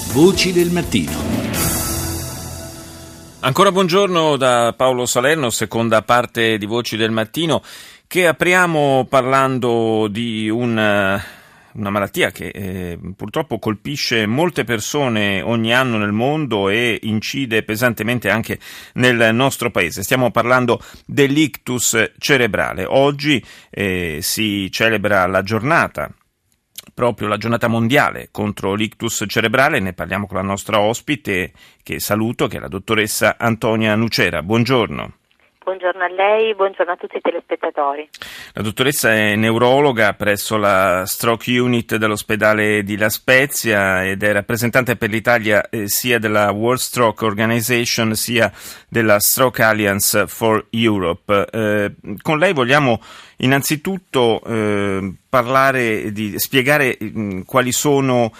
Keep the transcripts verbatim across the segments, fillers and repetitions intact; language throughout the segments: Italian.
Voci del mattino. Ancora buongiorno da Paolo Salerno, seconda parte di Voci del Mattino, che apriamo parlando di un, una malattia che eh, purtroppo colpisce molte persone ogni anno nel mondo e incide pesantemente anche nel nostro paese. Stiamo parlando dell'ictus cerebrale. Oggi eh, si celebra la giornata proprio la giornata mondiale contro l'ictus cerebrale. Ne parliamo con la nostra ospite, che saluto, che è la dottoressa Antonia Nucera. Buongiorno. Buongiorno a lei, buongiorno a tutti i telespettatori. La dottoressa è neurologa presso la Stroke Unit dell'ospedale di La Spezia ed è rappresentante per l'Italia eh, sia della World Stroke Organization sia della Stroke Alliance for Europe. Eh, con lei vogliamo innanzitutto eh, parlare di spiegare mh, quali sono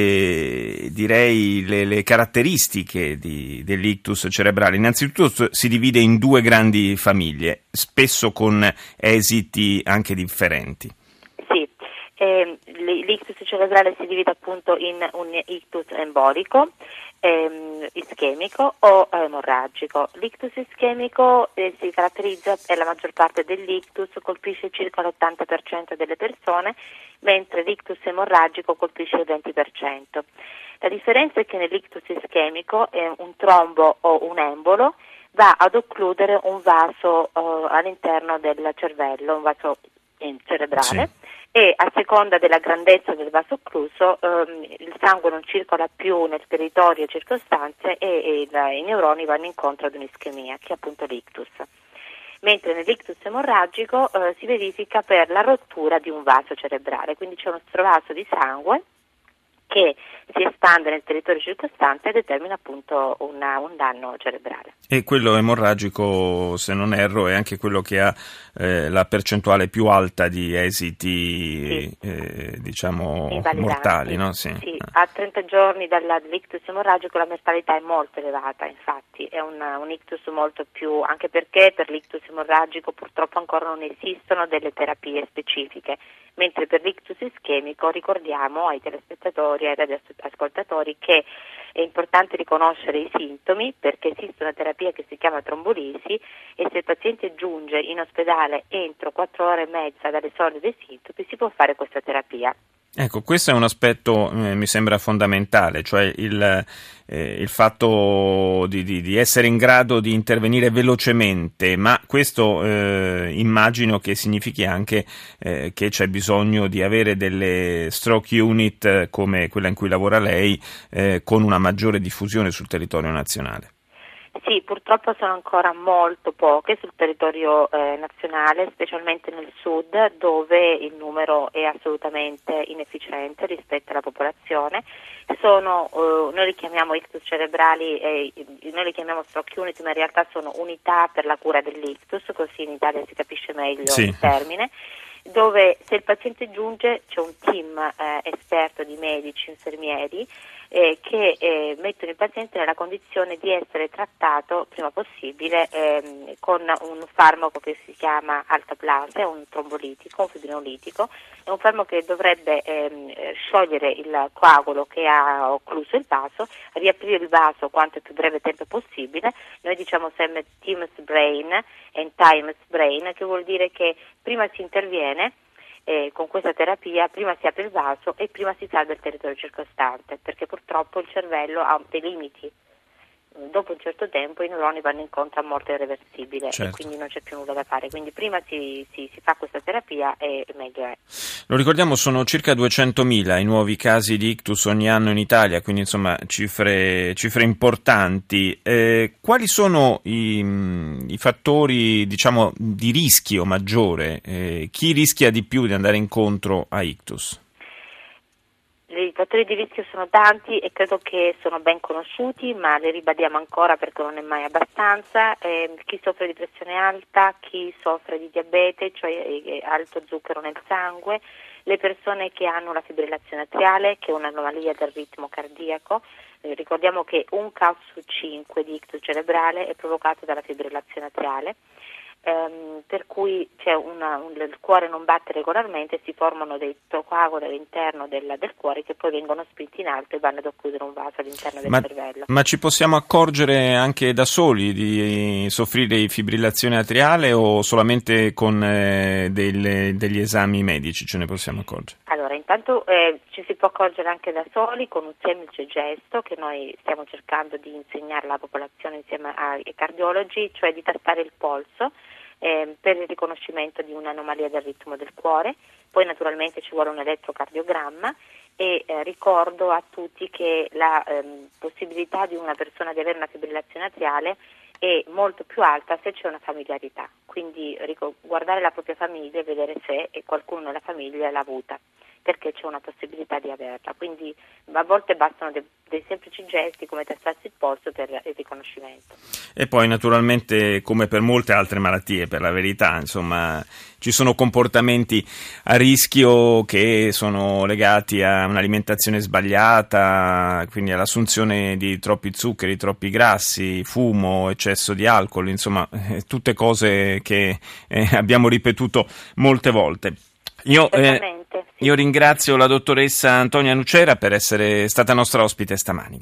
eh, direi le, le caratteristiche di, dell'ictus cerebrale. Innanzitutto si divide in due grandi famiglie, spesso con esiti anche differenti. Sì, eh, l'ictus cerebrale si divide appunto in un ictus embolico, ehm, ischemico o emorragico. L'ictus ischemico eh, si caratterizza, e la maggior parte dell'ictus colpisce circa l'ottanta per cento delle persone, mentre l'ictus emorragico colpisce il venti per cento. La differenza è che nell'ictus ischemico eh, un trombo o un embolo va ad occludere un vaso uh, all'interno del cervello, un vaso eh, cerebrale, sì. E a seconda della grandezza del vaso occluso um, il sangue non circola più nel territorio circostante e, e il, i neuroni vanno incontro ad un'ischemia, che è appunto l'ictus. Mentre nell'ictus emorragico uh, si verifica per la rottura di un vaso cerebrale, quindi c'è uno stravaso di sangue che si espande nel territorio circostante e determina appunto una, un danno cerebrale. E quello emorragico, se non erro, è anche quello che ha eh, la percentuale più alta di esiti, sì. eh, diciamo, mortali, no? Sì. Sì. A trenta giorni dall'ictus emorragico la mortalità è molto elevata, infatti è un, un ictus molto più, anche perché per l'ictus emorragico purtroppo ancora non esistono delle terapie specifiche, mentre per l'ictus ischemico ricordiamo ai telespettatori e ai radioascoltatori che è importante riconoscere i sintomi, perché esiste una terapia che si chiama trombolisi e se il paziente giunge in ospedale entro quattro ore e mezza dall'esordio dei sintomi si può fare questa terapia. Ecco, questo è un aspetto eh, mi sembra fondamentale, cioè il, eh, il fatto di, di, di essere in grado di intervenire velocemente, ma questo eh, immagino che significhi anche eh, che c'è bisogno di avere delle stroke unit come quella in cui lavora lei, eh, con una maggiore diffusione sul territorio nazionale. Sì, purtroppo sono ancora molto poche sul territorio eh, nazionale, specialmente nel sud, dove il numero è assolutamente inefficiente rispetto alla popolazione. Sono, eh, noi li chiamiamo ictus cerebrali, eh, noi li chiamiamo stroke unit, ma in realtà sono unità per la cura dell'ictus, così in Italia si capisce meglio sì. il termine, dove se il paziente giunge c'è un team eh, esperto di medici, infermieri, Eh, che eh, mettono il paziente nella condizione di essere trattato prima possibile ehm, con un farmaco che si chiama altaplase, un trombolitico, un fibrinolitico, è un farmaco che dovrebbe ehm, sciogliere il coagulo che ha occluso il vaso, riaprire il vaso quanto più breve tempo possibile. Noi diciamo sempre Time's brain and time's brain, che vuol dire che prima si interviene Eh, con questa terapia, prima si apre il vaso e prima si salva il territorio circostante, perché purtroppo il cervello ha dei limiti. Dopo un certo tempo i neuroni vanno incontro a morte irreversibile, certo. E quindi non c'è più nulla da fare, quindi prima si, si, si fa questa terapia e meglio è. Lo ricordiamo, sono circa duecentomila i nuovi casi di ictus ogni anno in Italia, quindi insomma cifre, cifre importanti. Eh, quali sono i, i fattori, diciamo, di rischio maggiore? Eh, chi rischia di più di andare incontro a ictus? I fattori di rischio sono tanti e credo che sono ben conosciuti, ma li ribadiamo ancora perché non è mai abbastanza. Eh, chi soffre di pressione alta, chi soffre di diabete, cioè eh, alto zucchero nel sangue, le persone che hanno la fibrillazione atriale, che è un'anomalia del ritmo cardiaco. Eh, ricordiamo che un caso su cinque di ictus cerebrale è provocato dalla fibrillazione atriale. ehm, per cui c'è una, un, il cuore non batte regolarmente e si formano dei coaguli all'interno del, del cuore che poi vengono spinti in alto e vanno ad occludere un vaso all'interno del ma, cervello. ma ci possiamo accorgere anche da soli di soffrire di fibrillazione atriale o solamente con eh, del, degli esami medici ce ne possiamo accorgere? Allora, intanto eh, ci si può accorgere anche da soli con un semplice gesto che noi stiamo cercando di insegnare alla popolazione insieme ai cardiologi, cioè di tastare il polso eh, per il riconoscimento di un'anomalia del ritmo del cuore. Poi naturalmente ci vuole un elettrocardiogramma e eh, ricordo a tutti che la ehm, possibilità di una persona di avere una fibrillazione atriale è molto più alta se c'è una familiarità, quindi ric- guardare la propria famiglia e vedere se qualcuno nella famiglia l'ha avuta, perché c'è una possibilità di averla, quindi a volte bastano de- dei semplici gesti come tastarsi il polso per il riconoscimento. E poi naturalmente come per molte altre malattie, per la verità, insomma, ci sono comportamenti a rischio che sono legati a un'alimentazione sbagliata, quindi all'assunzione di troppi zuccheri, troppi grassi, fumo, eccesso di alcol, insomma, eh, tutte cose che eh, abbiamo ripetuto molte volte. Io, eh, io ringrazio la dottoressa Antonia Nucera per essere stata nostra ospite stamani.